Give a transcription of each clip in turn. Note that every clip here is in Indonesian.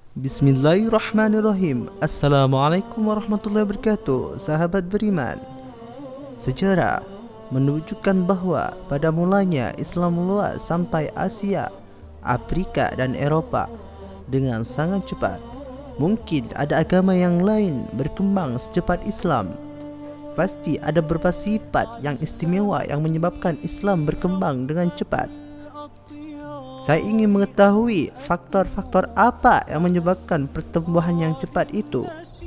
Bismillahirrahmanirrahim. Assalamualaikum warahmatullahi wabarakatuh. Sahabat beriman, sejarah menunjukkan bahwa pada mulanya Islam meluas sampai Asia, Afrika dan Eropa dengan sangat cepat. Mungkin ada agama yang lain berkembang secepat Islam. Pasti ada beberapa sifat yang istimewa yang menyebabkan Islam berkembang dengan cepat. Saya ingin mengetahui faktor-faktor apa yang menyebabkan pertumbuhan yang cepat itu.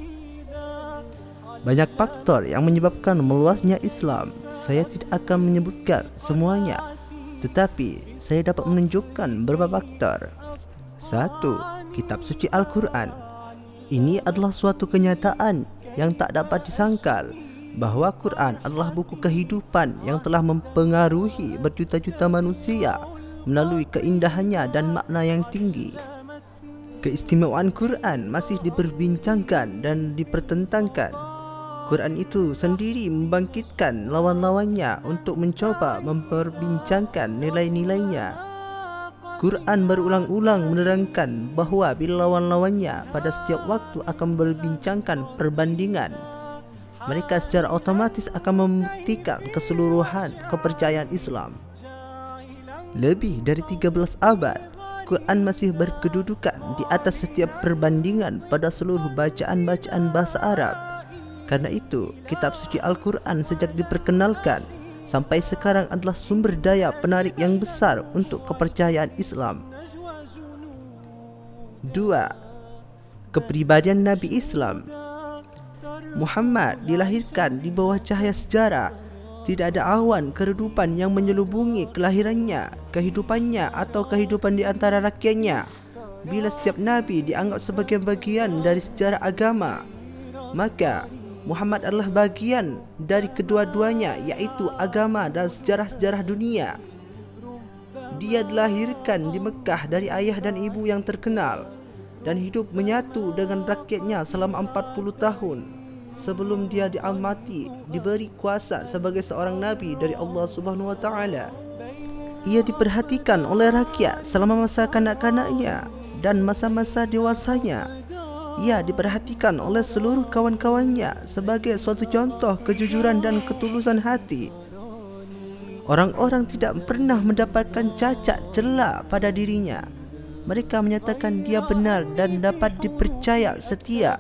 Banyak faktor yang menyebabkan meluasnya Islam. Saya tidak akan menyebutkan semuanya, tetapi saya dapat menunjukkan beberapa faktor. 1. Kitab suci Al-Quran. Ini adalah suatu kenyataan yang tak dapat disangkal, bahwa Quran adalah buku kehidupan yang telah mempengaruhi berjuta-juta manusia melalui keindahannya dan makna yang tinggi. Keistimewaan Quran masih diperbincangkan dan dipertentangkan. Quran itu sendiri membangkitkan lawan-lawannya untuk mencoba memperbincangkan nilai-nilainya. Quran berulang-ulang menerangkan bahwa bila lawan-lawannya pada setiap waktu akan berbincangkan perbandingan, mereka secara otomatis akan membuktikan keseluruhan kepercayaan Islam. Lebih dari 13 abad, Quran masih berkedudukan di atas setiap perbandingan pada seluruh bacaan-bacaan bahasa Arab. Karena itu, kitab suci Al-Quran sejak diperkenalkan sampai sekarang adalah sumber daya penarik yang besar untuk kepercayaan Islam. 2. Kepribadian Nabi Islam. Muhammad dilahirkan di bawah cahaya sejarah. Tidak ada awan keredupan yang menyelubungi kelahirannya, kehidupannya atau kehidupan di antara rakyatnya. Bila setiap nabi dianggap sebagai bagian dari sejarah agama, maka Muhammad adalah bagian dari kedua-duanya, yaitu agama dan sejarah-sejarah dunia. Dia dilahirkan di Mekah dari ayah dan ibu yang terkenal dan hidup menyatu dengan rakyatnya selama 40 tahun. Sebelum dia diamati, diberi kuasa sebagai seorang nabi dari Allah Subhanahu wa taala. Ia diperhatikan oleh rakyat selama masa kanak-kanaknya dan masa-masa dewasanya. Ia diperhatikan oleh seluruh kawan-kawannya sebagai suatu contoh kejujuran dan ketulusan hati. Orang-orang tidak pernah mendapatkan cacat celah pada dirinya. Mereka menyatakan dia benar dan dapat dipercaya setia.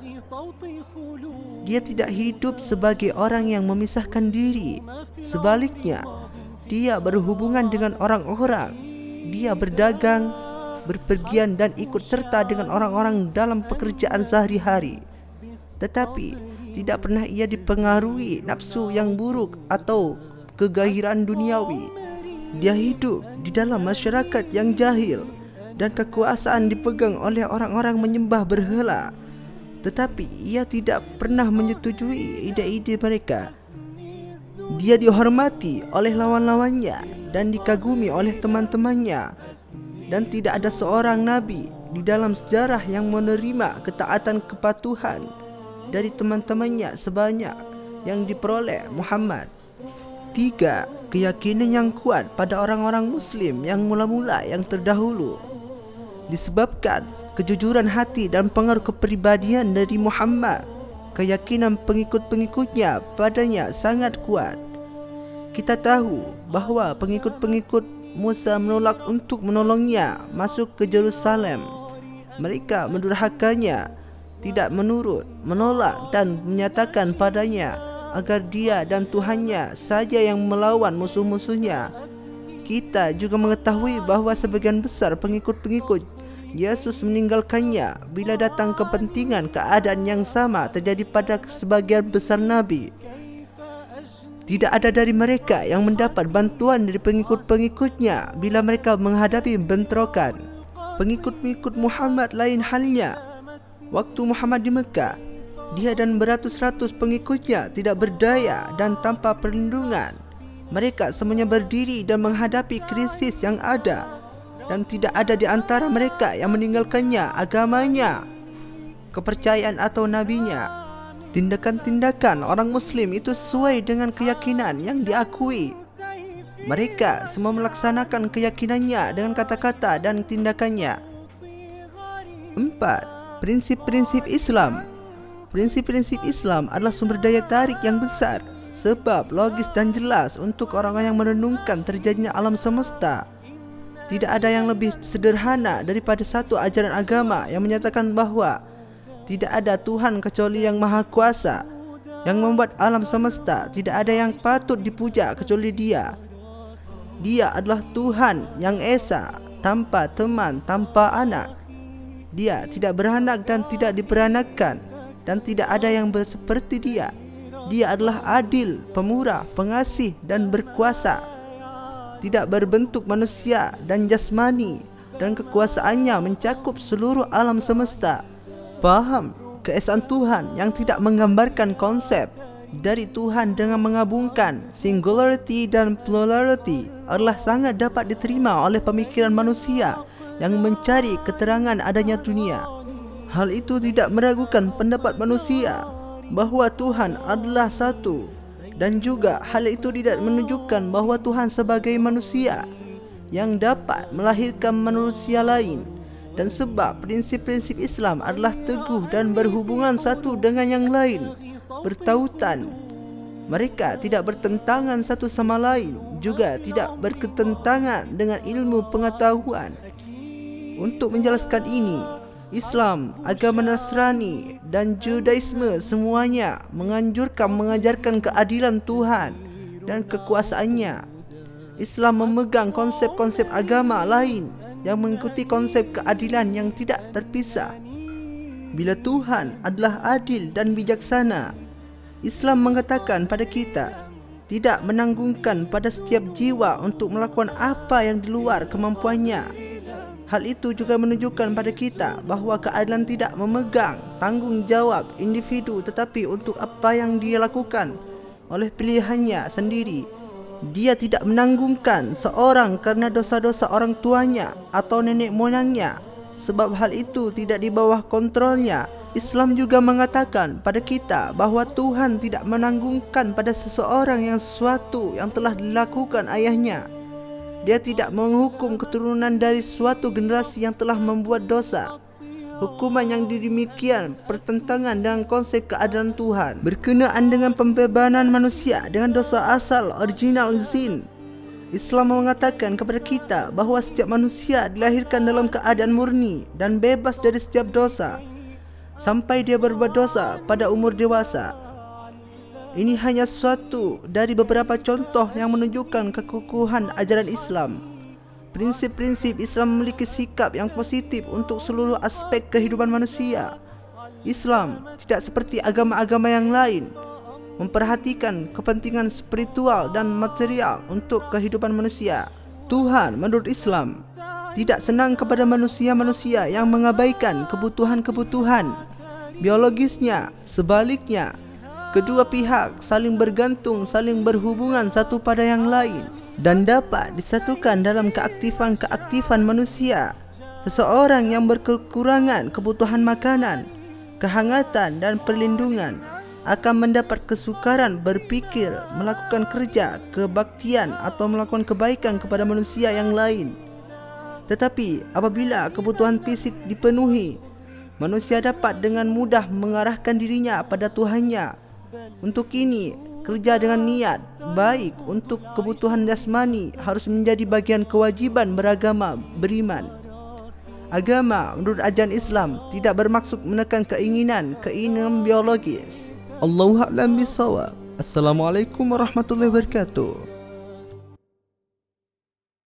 Dia tidak hidup sebagai orang yang memisahkan diri. Sebaliknya, dia berhubungan dengan orang-orang. Dia berdagang, berpergian dan ikut serta dengan orang-orang dalam pekerjaan sehari-hari. Tetapi, tidak pernah ia dipengaruhi nafsu yang buruk atau kegairaan duniawi. Dia hidup di dalam masyarakat yang jahil dan kekuasaan dipegang oleh orang-orang menyembah berhala. Tetapi ia tidak pernah menyetujui ide-ide mereka. Dia dihormati oleh lawan-lawannya dan dikagumi oleh teman-temannya. Dan tidak ada seorang nabi di dalam sejarah yang menerima ketaatan kepatuhan dari teman-temannya sebanyak yang diperoleh Muhammad. 3. Keyakinan yang kuat pada orang-orang Muslim yang mula-mula yang terdahulu. Disebabkan kejujuran hati dan pengaruh kepribadian dari Muhammad, keyakinan pengikut-pengikutnya padanya sangat kuat. Kita tahu bahwa pengikut-pengikut Musa menolak untuk menolongnya masuk ke Yerusalem. Mereka mendurhakanya, tidak menurut, menolak dan menyatakan padanya agar dia dan Tuhannya saja yang melawan musuh-musuhnya. Kita juga mengetahui bahwa sebagian besar pengikut-pengikut Yesus meninggalkannya bila datang kepentingan keadaan yang sama terjadi pada sebagian besar nabi. Tidak ada dari mereka yang mendapat bantuan dari pengikut-pengikutnya bila mereka menghadapi bentrokan. Pengikut-pengikut Muhammad lain halnya. Waktu Muhammad di Mekah, dia dan beratus-ratus pengikutnya tidak berdaya dan tanpa perlindungan. Mereka semuanya berdiri dan menghadapi krisis yang ada, dan tidak ada di antara mereka yang meninggalkannya agamanya, kepercayaan atau nabinya. Tindakan-tindakan orang Muslim itu sesuai dengan keyakinan yang diakui. Mereka semua melaksanakan keyakinannya dengan kata-kata dan tindakannya. 4. Prinsip-prinsip Islam. Prinsip-prinsip Islam adalah sumber daya tarik yang besar, sebab logis dan jelas untuk orang-orang yang merenungkan terjadinya alam semesta. Tidak ada yang lebih sederhana daripada satu ajaran agama yang menyatakan bahawa tidak ada Tuhan kecuali yang Maha Kuasa, yang membuat alam semesta. Tidak ada yang patut dipuja kecuali Dia. Dia adalah Tuhan yang Esa, tanpa teman, tanpa anak. Dia tidak beranak dan tidak diperanakan, dan tidak ada yang seperti Dia. Dia adalah adil, pemurah, pengasih dan berkuasa. Tidak berbentuk manusia dan jasmani, dan kekuasaannya mencakup seluruh alam semesta. Paham keesaan Tuhan yang tidak menggambarkan konsep dari Tuhan dengan mengabungkan singularity dan plurality adalah sangat dapat diterima oleh pemikiran manusia yang mencari keterangan adanya dunia. Hal itu tidak meragukan pendapat manusia bahawa Tuhan adalah satu, dan juga hal itu tidak menunjukkan bahawa Tuhan sebagai manusia yang dapat melahirkan manusia lain. Dan sebab prinsip-prinsip Islam adalah teguh dan berhubungan satu dengan yang lain, bertautan. Mereka tidak bertentangan satu sama lain, juga tidak berketentangan dengan ilmu pengetahuan. Untuk menjelaskan ini, Islam, agama Nasrani dan Judaisme semuanya mengajarkan keadilan Tuhan dan kekuasaannya. Islam memegang konsep-konsep agama lain yang mengikuti konsep keadilan yang tidak terpisah. Bila Tuhan adalah adil dan bijaksana, Islam mengatakan pada kita tidak menanggungkan pada setiap jiwa untuk melakukan apa yang di luar kemampuannya. Hal itu juga menunjukkan pada kita bahawa keadilan tidak memegang tanggungjawab individu, tetapi untuk apa yang dia lakukan oleh pilihannya sendiri. Dia tidak menanggungkan seorang kerana dosa-dosa orang tuanya atau nenek moyangnya, sebab hal itu tidak di bawah kontrolnya. Islam juga mengatakan pada kita bahawa Tuhan tidak menanggungkan pada seseorang yang sesuatu yang telah dilakukan ayahnya. Dia tidak menghukum keturunan dari suatu generasi yang telah membuat dosa. Hukuman yang demikian bertentangan dengan konsep keadilan Tuhan. Berkenaan dengan pembebanan manusia dengan dosa asal original sin, Islam mengatakan kepada kita bahawa setiap manusia dilahirkan dalam keadaan murni dan bebas dari setiap dosa sampai dia berbuat dosa pada umur dewasa. Ini hanya suatu dari beberapa contoh yang menunjukkan kekukuhan ajaran Islam. Prinsip-prinsip Islam memiliki sikap yang positif untuk seluruh aspek kehidupan manusia. Islam tidak seperti agama-agama yang lain memperhatikan kepentingan spiritual dan material untuk kehidupan manusia. Tuhan menurut Islam tidak senang kepada manusia-manusia yang mengabaikan kebutuhan-kebutuhan biologisnya. Sebaliknya, kedua pihak saling bergantung, saling berhubungan satu pada yang lain, dan dapat disatukan dalam keaktifan manusia. Seseorang yang berkekurangan kebutuhan makanan, kehangatan dan perlindungan akan mendapat kesukaran berpikir, melakukan kerja, kebaktian atau melakukan kebaikan kepada manusia yang lain. Tetapi apabila kebutuhan fisik dipenuhi, manusia dapat dengan mudah mengarahkan dirinya pada Tuhannya. Untuk ini, kerja dengan niat baik untuk kebutuhan jasmani harus menjadi bagian kewajiban beragama beriman. Agama menurut ajaran Islam tidak bermaksud menekan keinginan biologis. Allahu a'lam bishawab. Assalamualaikum warahmatullahi wabarakatuh.